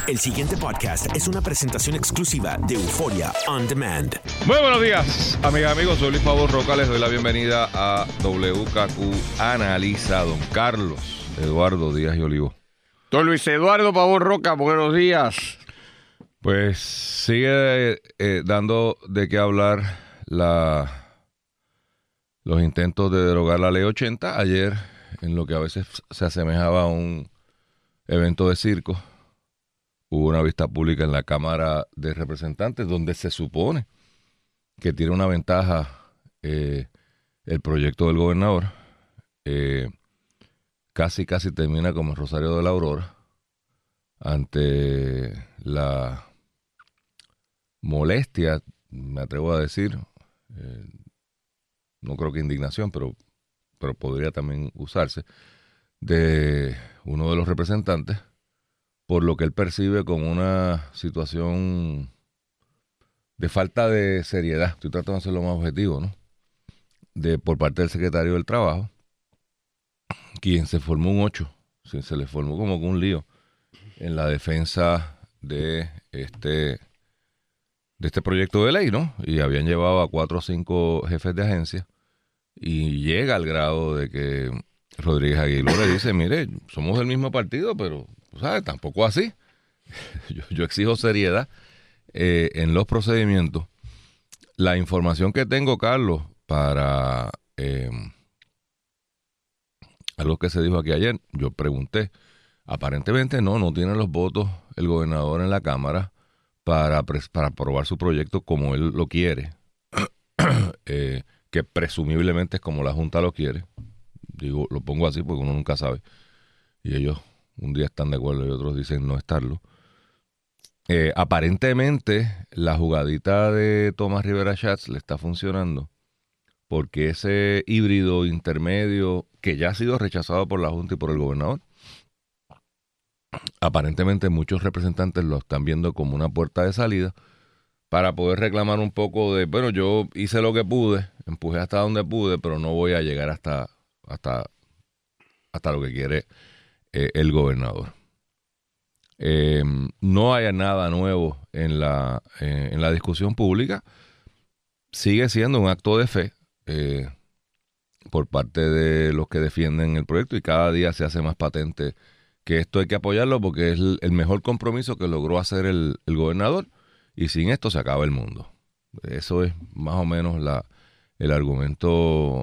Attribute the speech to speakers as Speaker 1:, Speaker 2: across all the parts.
Speaker 1: El siguiente podcast es una presentación exclusiva de Euforia On Demand.
Speaker 2: Muy buenos días, amigas y amigos. Soy Luis Pavón Roca. Les doy la bienvenida a WKQ Analiza. Don Carlos Eduardo Díaz y Olivo.
Speaker 3: Don Luis Eduardo Pavón Roca, buenos días.
Speaker 2: Pues sigue dando de qué hablar los intentos de derogar la Ley 80. Ayer, en lo que a veces se asemejaba a un evento de circo, hubo una vista pública en la Cámara de Representantes donde se supone que tiene una ventaja el proyecto del gobernador. Casi termina como el Rosario de la Aurora ante la molestia, me atrevo a decir, no creo que indignación, pero podría también usarse, de uno de los representantes por lo que él percibe como una situación de falta de seriedad. Estoy tratando de hacerlo más objetivo, ¿no? Por parte del secretario del Trabajo, quien se formó un 8, se le formó como un lío en la defensa de este proyecto de ley, ¿no? Y habían llevado a 4 o 5 jefes de agencia y llega al grado de que Rodríguez Aguiló le dice, mire, somos del mismo partido, pero, ¿sabes? Tampoco así. Yo exijo seriedad en los procedimientos. La información que tengo, Carlos, para algo que se dijo aquí ayer, yo pregunté, aparentemente no tiene los votos el gobernador en la Cámara para aprobar su proyecto como él lo quiere, que presumiblemente es como la Junta lo quiere. Digo, lo pongo así porque uno nunca sabe. Y ellos un día están de acuerdo y otros dicen no estarlo. Aparentemente la jugadita de Tomás Rivera Schatz le está funcionando porque ese híbrido intermedio que ya ha sido rechazado por la Junta y por el gobernador, aparentemente muchos representantes lo están viendo como una puerta de salida para poder reclamar un poco de, bueno, yo hice lo que pude, empujé hasta donde pude, pero no voy a llegar hasta lo que quiere el gobernador. No hay nada nuevo en la discusión pública. Sigue siendo un acto de fe por parte de los que defienden el proyecto y cada día se hace más patente que esto hay que apoyarlo porque es el mejor compromiso que logró hacer el gobernador y sin esto se acaba el mundo. Eso es más o menos el argumento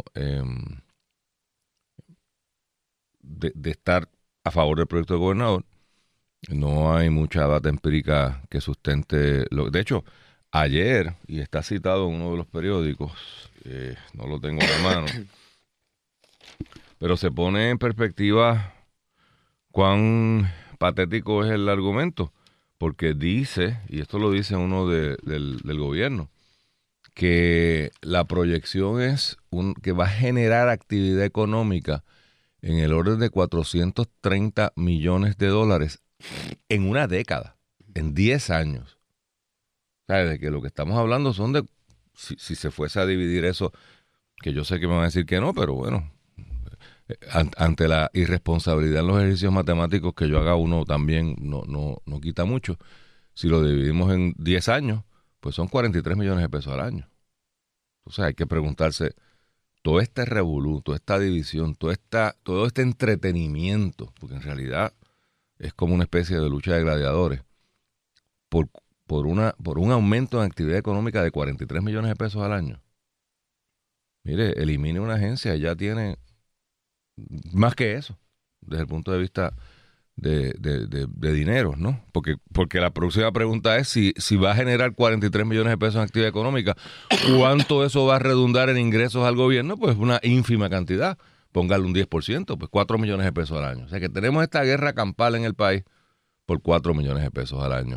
Speaker 2: de estar a favor del proyecto del gobernador. No hay mucha data empírica que sustente. De hecho, ayer, y está citado en uno de los periódicos, no lo tengo a la mano, pero se pone en perspectiva cuán patético es el argumento, porque dice, y esto lo dice uno del gobierno, que la proyección es que va a generar actividad económica en el orden de $430 millones en una década, en 10 años. O sea, de que lo que estamos hablando son de, si se fuese a dividir eso, que yo sé que me van a decir que no, pero bueno, ante la irresponsabilidad en los ejercicios matemáticos que yo haga uno también no quita mucho. Si lo dividimos en 10 años, pues son 43 millones de pesos al año. Entonces hay que preguntarse, todo este revolú, toda esta división, todo este entretenimiento, porque en realidad es como una especie de lucha de gladiadores, por un aumento en actividad económica de 43 millones de pesos al año. Mire, elimine una agencia, ya tiene más que eso, desde el punto de vista de dinero, ¿no? Porque la próxima pregunta es si va a generar 43 millones de pesos en actividad económica, ¿cuánto eso va a redundar en ingresos al gobierno? Pues una ínfima cantidad. Póngale un 10%, pues 4 millones de pesos al año. O sea que tenemos esta guerra campal en el país por 4 millones de pesos al año.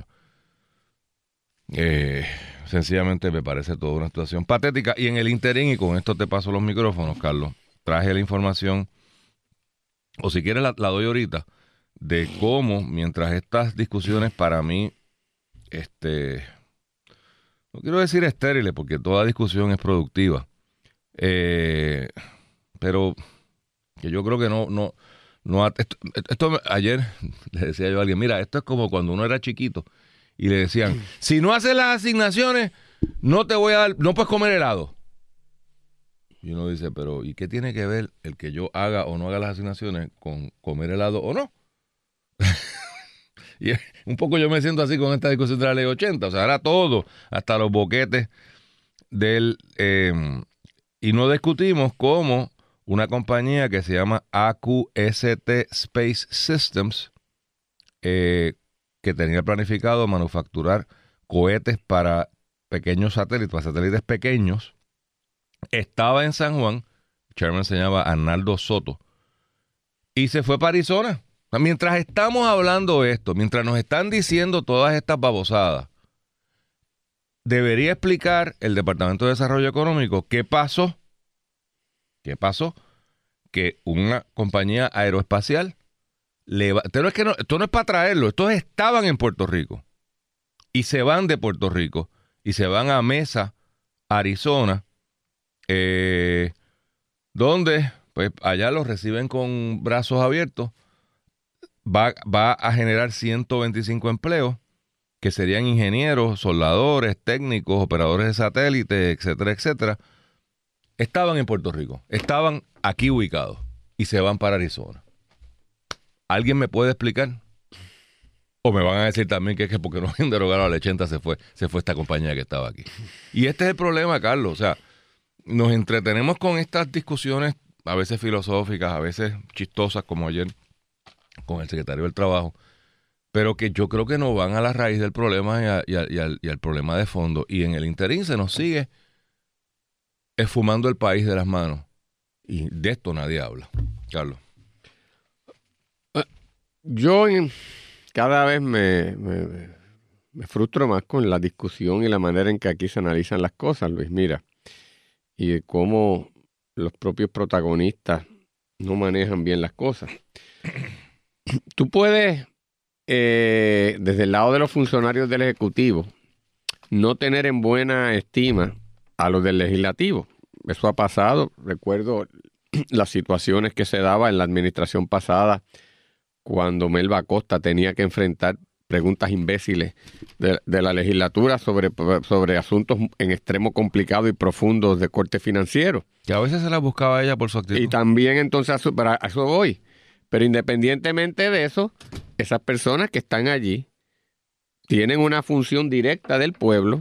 Speaker 2: Sencillamente me parece toda una situación patética. Y en el interín, y con esto te paso los micrófonos, Carlos, traje la información, o si quieres la doy ahorita, de cómo, mientras estas discusiones para mí, no quiero decir estériles, porque toda discusión es productiva, pero que yo creo que no Ayer le decía yo a alguien, mira, esto es como cuando uno era chiquito y le decían, si no haces las asignaciones, no te voy a dar, no puedes comer helado. Y uno dice, pero ¿y qué tiene que ver el que yo haga o no haga las asignaciones con comer helado o no? Y un poco yo me siento así con esta discusión de la ley 80. O sea, ahora todo, hasta los boquetes del... y no discutimos cómo una compañía que se llama AQST Space Systems, que tenía planificado manufacturar cohetes para pequeños satélites, para satélites pequeños, estaba en San Juan, el chairman se llama Arnaldo Soto, y se fue para Arizona. Mientras estamos hablando esto, mientras nos están diciendo todas estas babosadas, debería explicar el Departamento de Desarrollo Económico qué pasó, que una compañía aeroespacial, esto no es para traerlo, estos estaban en Puerto Rico, y se van de Puerto Rico, y se van a Mesa, Arizona, donde pues allá los reciben con brazos abiertos. Va a generar 125 empleos, que serían ingenieros, soldadores, técnicos, operadores de satélites, etcétera, etcétera. Estaban en Puerto Rico, estaban aquí ubicados y se van para Arizona. ¿Alguien me puede explicar? O me van a decir también que es que porque no habían derogado a la 80 se fue esta compañía que estaba aquí. Y este es el problema, Carlos. O sea, nos entretenemos con estas discusiones, a veces filosóficas, a veces chistosas, como ayer con el secretario del Trabajo, pero que yo creo que no van a la raíz del problema y al problema de fondo. Y en el interín se nos sigue esfumando el país de las manos. Y de esto nadie habla. Carlos.
Speaker 3: Yo cada vez me frustro más con la discusión y la manera en que aquí se analizan las cosas, Luis. Mira, y cómo los propios protagonistas no manejan bien las cosas. Tú puedes, desde el lado de los funcionarios del Ejecutivo, no tener en buena estima a los del Legislativo. Eso ha pasado. Recuerdo las situaciones que se daban en la administración pasada cuando Melba Acosta tenía que enfrentar preguntas imbéciles de la legislatura sobre asuntos en extremo complicados y profundos de corte financiero.
Speaker 2: Que a veces se las buscaba ella por su actitud.
Speaker 3: Y también entonces, a eso voy. Pero independientemente de eso, esas personas que están allí tienen una función directa del pueblo.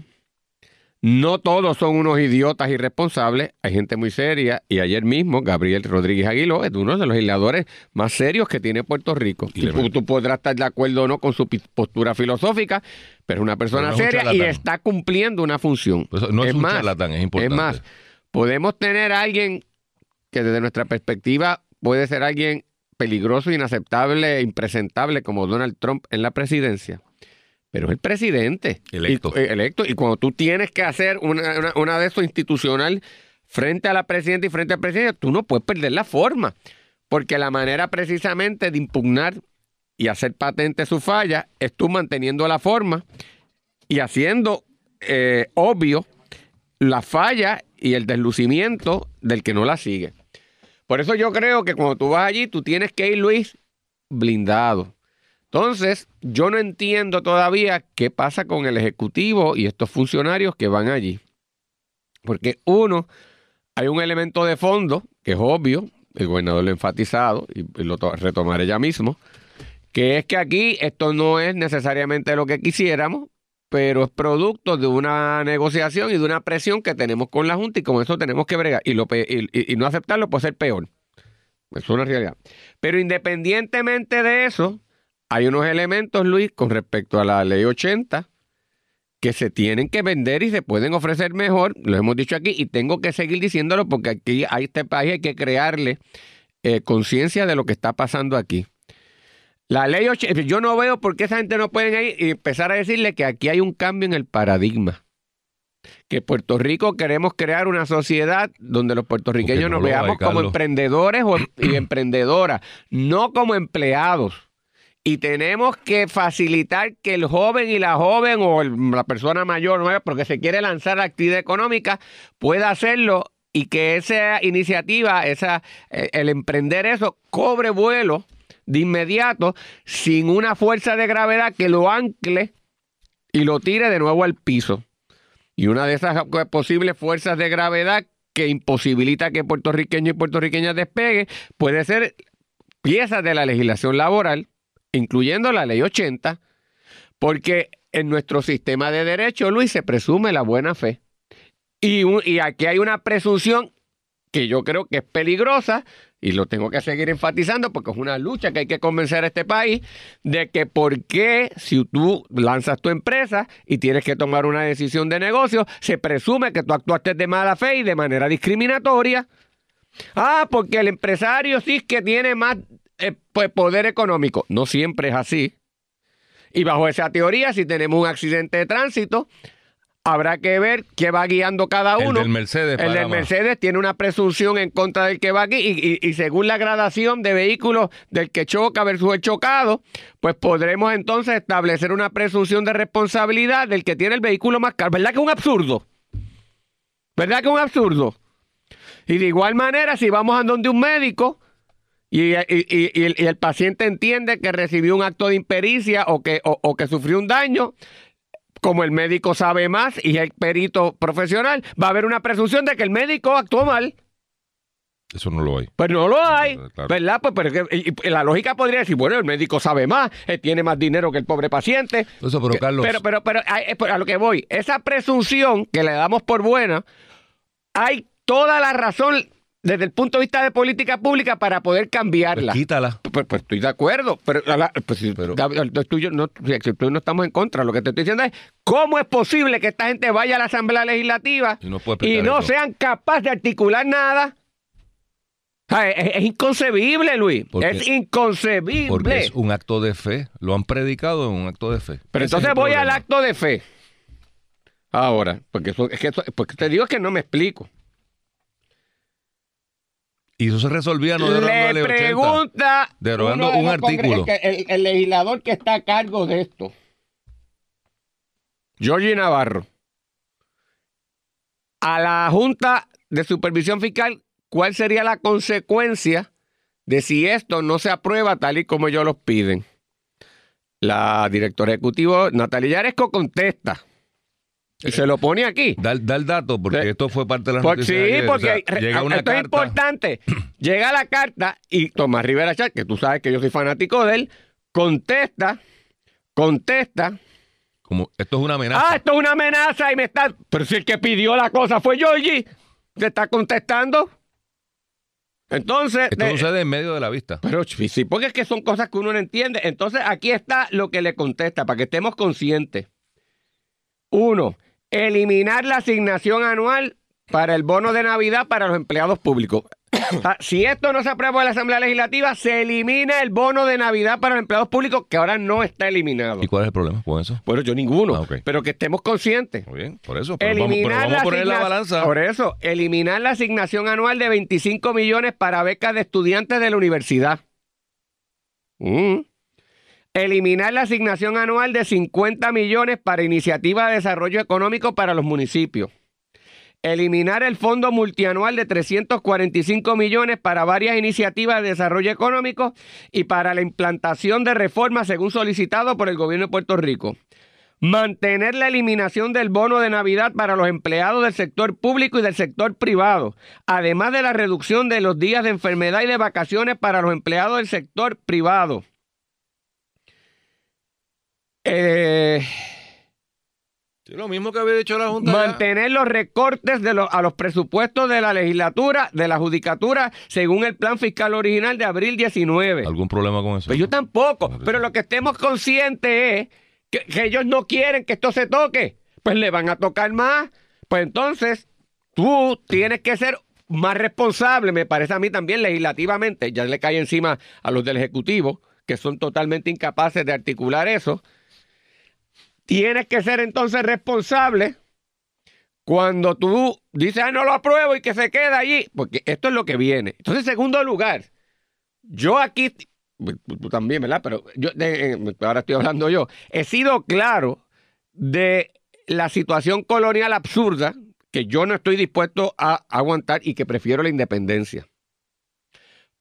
Speaker 3: No todos son unos idiotas irresponsables. Hay gente muy seria. Y ayer mismo, Gabriel Rodríguez Aguiló es uno de los legisladores más serios que tiene Puerto Rico. Tú podrás estar de acuerdo o no con su postura filosófica, pero es una persona seria y está cumpliendo una función.
Speaker 2: Pues no es un charlatán, es importante.
Speaker 3: Es más, podemos tener a alguien que desde nuestra perspectiva puede ser alguien peligroso, inaceptable, impresentable como Donald Trump en la presidencia. Pero es el presidente electo. Y cuando tú tienes que hacer una de eso institucional frente a la presidenta y frente al presidente, tú no puedes perder la forma. Porque la manera precisamente de impugnar y hacer patente su falla es tú manteniendo la forma y haciendo obvio la falla y el deslucimiento del que no la sigue. Por eso yo creo que cuando tú vas allí, tú tienes que ir, Luis, blindado. Entonces, yo no entiendo todavía qué pasa con el Ejecutivo y estos funcionarios que van allí. Porque uno, hay un elemento de fondo, que es obvio, el gobernador lo ha enfatizado, y lo retomaré ya mismo, que es que aquí esto no es necesariamente lo que quisiéramos, pero es producto de una negociación y de una presión que tenemos con la Junta y con eso tenemos que bregar. Y no aceptarlo puede ser peor. Eso es una realidad. Pero independientemente de eso, hay unos elementos, Luis, con respecto a la ley 80 que se tienen que vender y se pueden ofrecer mejor. Lo hemos dicho aquí y tengo que seguir diciéndolo porque aquí a este país hay que crearle conciencia de lo que está pasando aquí. La ley 80, yo no veo por qué esa gente no puede ir y empezar a decirle que aquí hay un cambio en el paradigma. Que Puerto Rico queremos crear una sociedad donde los puertorriqueños nos veamos como emprendedores y emprendedoras, no como empleados. Y tenemos que facilitar que el joven y la joven o la persona mayor, ¿no? Porque se quiere lanzar a la actividad económica, pueda hacerlo y que esa iniciativa, el emprender eso, cobre vuelo de inmediato sin una fuerza de gravedad que lo ancle y lo tire de nuevo al piso. Y una de esas posibles fuerzas de gravedad que imposibilita que puertorriqueños y puertorriqueñas despeguen puede ser piezas de la legislación laboral, incluyendo la Ley 80, porque en nuestro sistema de derecho, Luis, se presume la buena fe. Y aquí hay una presunción que yo creo que es peligrosa, y lo tengo que seguir enfatizando porque es una lucha que hay que convencer a este país de que por qué si tú lanzas tu empresa y tienes que tomar una decisión de negocio, se presume que tú actuaste de mala fe y de manera discriminatoria. Porque el empresario sí es que tiene más pues, poder económico. No siempre es así. Y bajo esa teoría, si tenemos un accidente de tránsito, habrá que ver qué va guiando cada uno.
Speaker 2: El del Mercedes.
Speaker 3: El del Mercedes tiene una presunción en contra del que va aquí y según la gradación de vehículos del que choca versus el chocado, pues podremos entonces establecer una presunción de responsabilidad del que tiene el vehículo más caro. ¿Verdad que es un absurdo? ¿Verdad que es un absurdo? Y de igual manera, si vamos a donde un médico y el paciente entiende que recibió un acto de impericia o que sufrió un daño, como el médico sabe más y es el perito profesional, va a haber una presunción de que el médico actuó mal.
Speaker 2: Eso no lo hay.
Speaker 3: Pues no lo hay,
Speaker 2: claro.
Speaker 3: ¿verdad? Pues pero la lógica podría decir, bueno, el médico sabe más, tiene más dinero que el pobre paciente.
Speaker 2: Eso, pero Carlos...
Speaker 3: Pero a lo que voy, esa presunción que le damos por buena, hay toda la razón desde el punto de vista de política pública para poder cambiarla.
Speaker 2: Pues quítala.
Speaker 3: Pues estoy de acuerdo, pero tú y no estamos en contra. Lo que te estoy diciendo es, ¿cómo es posible que esta gente vaya a la Asamblea Legislativa y no sean capaces de articular nada? Es inconcebible, Luis. Es inconcebible.
Speaker 2: Porque es un acto de fe. Lo han predicado en un acto de fe.
Speaker 3: Pero entonces voy al acto de fe. Ahora, porque te digo que no me explico.
Speaker 2: Y eso se resolvía no derogando la ley 80.
Speaker 3: Le pregunta
Speaker 2: derogando un artículo.
Speaker 3: El legislador que está a cargo de esto, Georgie Navarro, a la Junta de Supervisión Fiscal, ¿cuál sería la consecuencia de si esto no se aprueba tal y como ellos lo piden? La directora ejecutiva Natalia Yaresco contesta. Y se lo pone aquí.
Speaker 2: Da el dato, porque esto fue parte de la noticia.
Speaker 3: Sí,
Speaker 2: ayer.
Speaker 3: porque
Speaker 2: llega una
Speaker 3: esto
Speaker 2: carta.
Speaker 3: es importante. Llega la carta y Tomás Rivera Chatz, que tú sabes que yo soy fanático de él, contesta.
Speaker 2: Como esto es una amenaza.
Speaker 3: Esto es una amenaza y me está... Pero si el que pidió la cosa fue Georgie, te está contestando. Entonces...
Speaker 2: Esto sucede en medio de la vista.
Speaker 3: Pero sí, porque es que son cosas que uno no entiende. Entonces aquí está lo que le contesta, para que estemos conscientes. 1. Eliminar la asignación anual para el bono de Navidad para los empleados públicos. Si esto no se aprueba en la Asamblea Legislativa, se elimina el bono de Navidad para los empleados públicos, que ahora no está eliminado.
Speaker 2: ¿Y cuál es el problema con eso?
Speaker 3: Bueno, yo ninguno,
Speaker 2: Okay.
Speaker 3: Pero que estemos conscientes.
Speaker 2: Muy bien, por eso. Pero vamos a poner la balanza.
Speaker 3: Por eso, eliminar la asignación anual de 25 millones para becas de estudiantes de la universidad. Eliminar la asignación anual de 50 millones para iniciativa de desarrollo económico para los municipios. Eliminar el fondo multianual de 345 millones para varias iniciativas de desarrollo económico y para la implantación de reformas según solicitado por el gobierno de Puerto Rico. Mantener la eliminación del bono de Navidad para los empleados del sector público y del sector privado, además de la reducción de los días de enfermedad y de vacaciones para los empleados del sector privado.
Speaker 2: Lo mismo que había dicho la Junta.
Speaker 3: Mantener los recortes a los presupuestos de la legislatura, de la judicatura, según el plan fiscal original de abril 19.
Speaker 2: ¿Algún problema con eso?
Speaker 3: Pues yo tampoco, pero lo que estemos conscientes es que ellos no quieren que esto se toque. Pues le van a tocar más. Pues entonces, tú tienes que ser más responsable, me parece a mí también legislativamente. Ya le cae encima a los del Ejecutivo, que son totalmente incapaces de articular eso. Tienes que ser entonces responsable cuando tú dices, no lo apruebo y que se queda allí, porque esto es lo que viene. Entonces, en segundo lugar, yo aquí, tú también, ¿verdad? Pero yo, ahora estoy hablando yo, he sido claro de la situación colonial absurda que yo no estoy dispuesto a aguantar y que prefiero la independencia.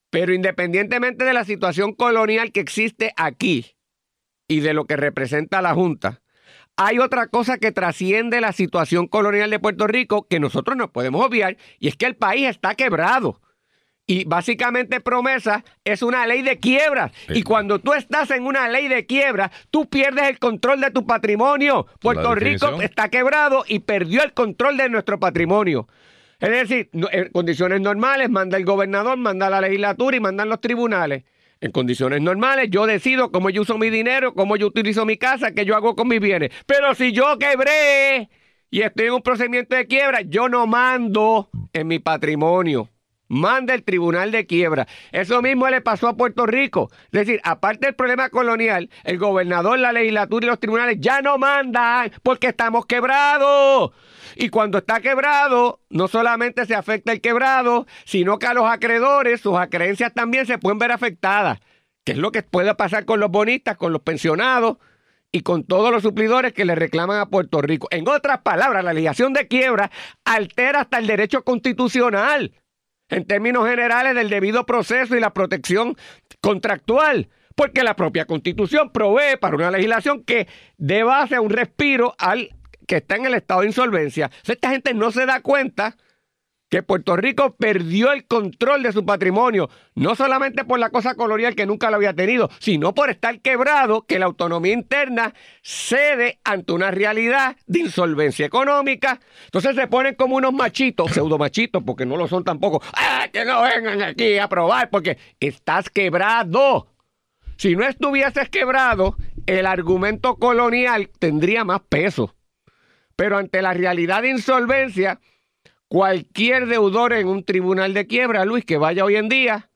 Speaker 3: Pero independientemente de la situación colonial que existe aquí y de lo que representa la Junta, hay otra cosa que trasciende la situación colonial de Puerto Rico que nosotros no podemos obviar, y es que el país está quebrado. Y básicamente Promesa es una ley de quiebras. Y cuando tú estás en una ley de quiebra, tú pierdes el control de tu patrimonio. Puerto Rico está quebrado y perdió el control de nuestro patrimonio. Es decir, en condiciones normales manda el gobernador, manda la legislatura y mandan los tribunales. En condiciones normales yo decido cómo yo uso mi dinero, cómo yo utilizo mi casa, qué yo hago con mis bienes. Pero si yo quebré y estoy en un procedimiento de quiebra, yo no mando en mi patrimonio. Manda el tribunal de quiebra. Eso mismo le pasó a Puerto Rico. Es decir, aparte del problema colonial, el gobernador, la legislatura y los tribunales ya no mandan porque estamos quebrados. Y cuando está quebrado, no solamente se afecta el quebrado, sino que a los acreedores, sus acreencias también se pueden ver afectadas. Que es lo que puede pasar con los bonistas, con los pensionados y con todos los suplidores que le reclaman a Puerto Rico. En otras palabras, la legislación de quiebra altera hasta el derecho constitucional, en términos generales del debido proceso y la protección contractual, porque la propia Constitución provee para una legislación que dé base a un respiro al que está en el estado de insolvencia. Esta gente no se da cuenta que Puerto Rico perdió el control de su patrimonio, no solamente por la cosa colonial que nunca lo había tenido, sino por estar quebrado, que la autonomía interna cede ante una realidad de insolvencia económica. Entonces se ponen como unos machitos, pseudomachitos, porque no lo son tampoco. ¡Ah, que no vengan aquí a probar! Porque estás quebrado. Si no estuvieses quebrado, el argumento colonial tendría más peso. Pero ante la realidad de insolvencia, cualquier deudor en un tribunal de quiebra, Luis, que vaya hoy en día,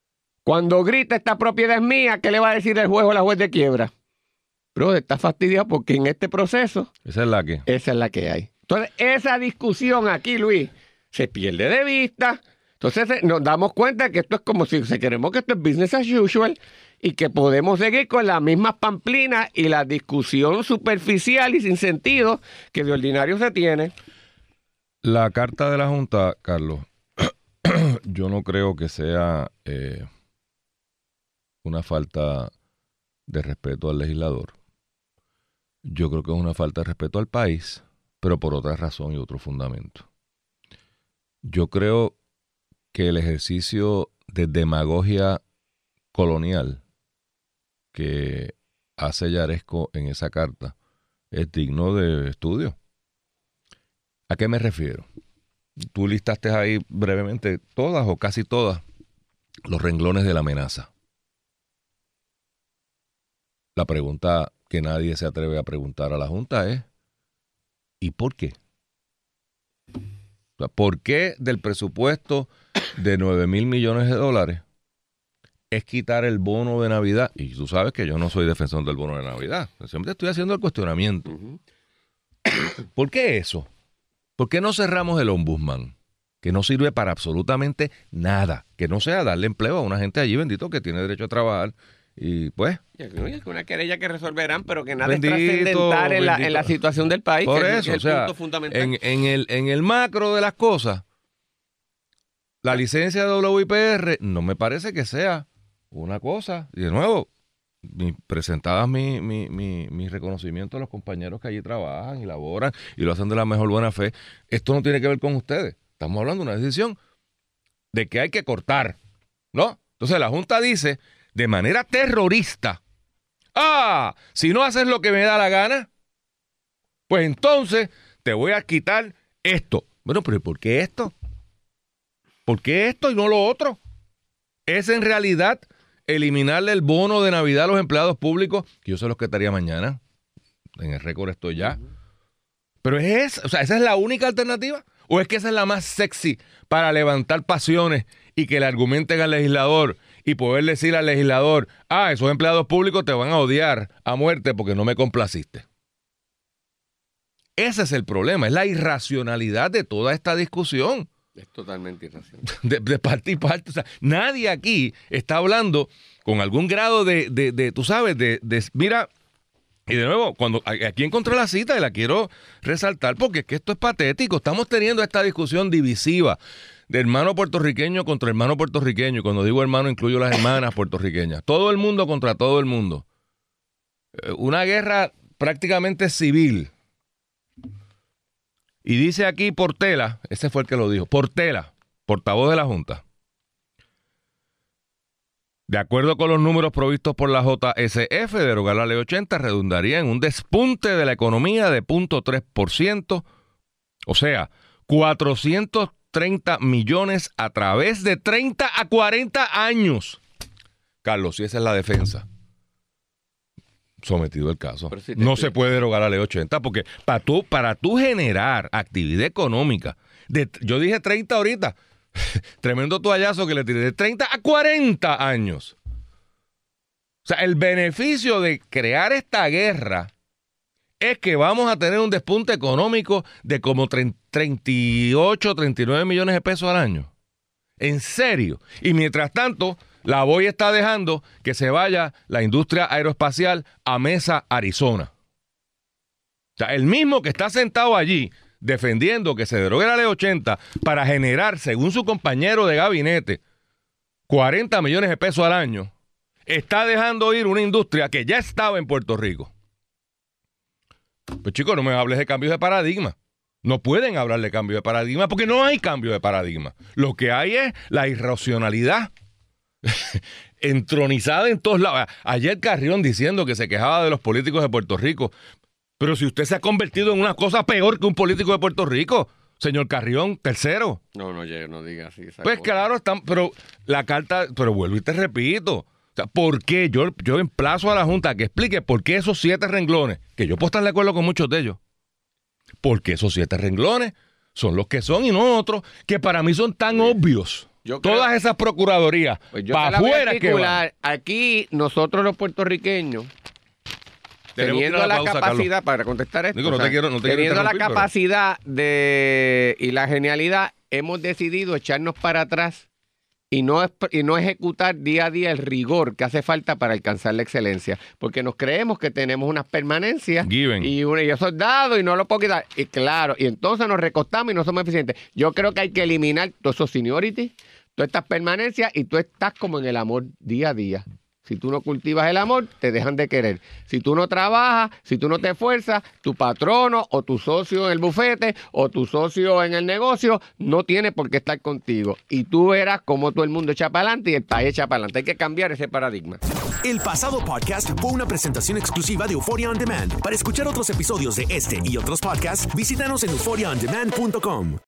Speaker 3: cuando grita esta propiedad es mía, ¿qué le va a decir el juez o la juez de quiebra? Pero está fastidiado porque en este proceso esa es la que hay. Entonces, esa discusión aquí, Luis, se pierde de vista. Entonces nos damos cuenta que esto es como si queremos que esto es business as usual y que podemos seguir con las mismas pamplinas y la discusión superficial y sin sentido que de ordinario se tiene.
Speaker 2: La carta de la Junta, Carlos, yo no creo que sea una falta de respeto al legislador. Yo creo que es una falta de respeto al país, pero por otra razón y otro fundamento. Yo creo que el ejercicio de demagogia colonial que hace Yaresco en esa carta es digno de estudio. ¿A qué me refiero? Tú listaste ahí brevemente todas o casi todas los renglones de la amenaza. La pregunta que nadie se atreve a preguntar a la Junta es ¿y por qué? O sea, ¿por qué del presupuesto de 9,000 millones de dólares es quitar el bono de Navidad? Y tú sabes que yo no soy defensor del bono de Navidad. Siempre estoy haciendo el cuestionamiento. ¿Por qué eso? ¿Por qué no cerramos el ombudsman? Que no sirve para absolutamente nada. Que no sea darle empleo a una gente allí, bendito, que tiene derecho a trabajar. Y pues...
Speaker 3: Es una querella que resolverán, pero que nada es trascendental en la situación del país.
Speaker 2: Por
Speaker 3: que
Speaker 2: eso,
Speaker 3: es el punto fundamental.
Speaker 2: En el macro de las cosas, la licencia de WIPR no me parece que sea una cosa. Y de nuevo, presentadas mi reconocimiento a los compañeros que allí trabajan y laboran y lo hacen de la mejor buena fe. Esto no tiene que ver con ustedes. Estamos hablando de una decisión de que hay que cortar, ¿no? Entonces la Junta dice de manera terrorista, si no haces lo que me da la gana, pues entonces te voy a quitar esto. Bueno, pero ¿por qué esto? ¿Por qué esto y no lo otro? Es en realidad eliminarle el bono de Navidad a los empleados públicos, que yo sé los que estaría mañana. En el récord estoy ya. Pero ¿esa es la única alternativa? ¿O es que esa es la más sexy para levantar pasiones y que le argumenten al legislador y poder decir al legislador, esos empleados públicos te van a odiar a muerte porque no me complaciste? Ese es el problema, es la irracionalidad de toda esta discusión.
Speaker 3: Es totalmente irracional.
Speaker 2: De parte y parte. O sea, nadie aquí está hablando con algún grado de tú sabes, mira, Y de nuevo, cuando aquí encontré la cita y la quiero resaltar porque es que esto es patético. Estamos teniendo esta discusión divisiva de hermano puertorriqueño contra hermano puertorriqueño. Y cuando digo hermano, incluyo las hermanas puertorriqueñas. Todo el mundo contra todo el mundo. Una guerra prácticamente civil. Y dice aquí Portela, ese fue el que lo dijo, Portela, portavoz de la Junta. De acuerdo con los números provistos por la JSF, derogar la Ley 80 redundaría en un despunte de la economía de 0.3%, o sea, 430 millones a través de 30 a 40 años. Carlos, si esa es la defensa, sometido el caso. Si no se puede derogar la Ley 80 porque para tú generar actividad económica, yo dije 30 ahorita, tremendo toallazo que le tiré, de 30 a 40 años. O sea, el beneficio de crear esta guerra es que vamos a tener un despunte económico de como 38, 39 millones de pesos al año. En serio. Y mientras tanto, la BOI está dejando que se vaya la industria aeroespacial a Mesa, Arizona. O sea, el mismo que está sentado allí defendiendo que se derogue la Ley 80 para generar, según su compañero de gabinete, 40 millones de pesos al año, está dejando ir una industria que ya estaba en Puerto Rico. Pues chicos, no me hables de cambios de paradigma. No pueden hablar de cambio de paradigma porque no hay cambio de paradigma. Lo que hay es la irracionalidad entronizada en todos lados. Ayer Carrión diciendo que se quejaba de los políticos de Puerto Rico. Pero si usted se ha convertido en una cosa peor que un político de Puerto Rico, señor Carrión, tercero.
Speaker 3: No diga así.
Speaker 2: Pues cosa. Claro, pero la carta, pero vuelvo y te repito. O sea, ¿por qué? Yo emplazo a la Junta a que explique por qué esos 7 renglones, que yo puedo estar de acuerdo con muchos de ellos, porque esos 7 renglones son los que son y no otros, que para mí son tan obvios. Todas esas procuradorías,
Speaker 3: pues
Speaker 2: para afuera que van.
Speaker 3: Aquí nosotros los puertorriqueños, teniendo la capacidad, Carlos, para contestar esto,
Speaker 2: digo,
Speaker 3: teniendo la capacidad y la genialidad, hemos decidido echarnos para atrás y no ejecutar día a día el rigor que hace falta para alcanzar la excelencia. Porque nos creemos que tenemos unas permanencias y eso es dado y no lo puedo quitar. Y claro, y entonces nos recostamos y no somos eficientes. Yo creo que hay que eliminar todos esos seniority, todas estas permanencias, y tú estás como en el amor día a día. Si tú no cultivas el amor, te dejan de querer. Si tú no trabajas, si tú no te esfuerzas, tu patrono o tu socio en el bufete o tu socio en el negocio no tiene por qué estar contigo. Y tú verás cómo todo el mundo echa para adelante y el país echa para adelante. Hay que cambiar ese paradigma.
Speaker 1: El pasado podcast fue una presentación exclusiva de Euphoria On Demand. Para escuchar otros episodios de este y otros podcasts, visítanos en euphoriaondemand.com.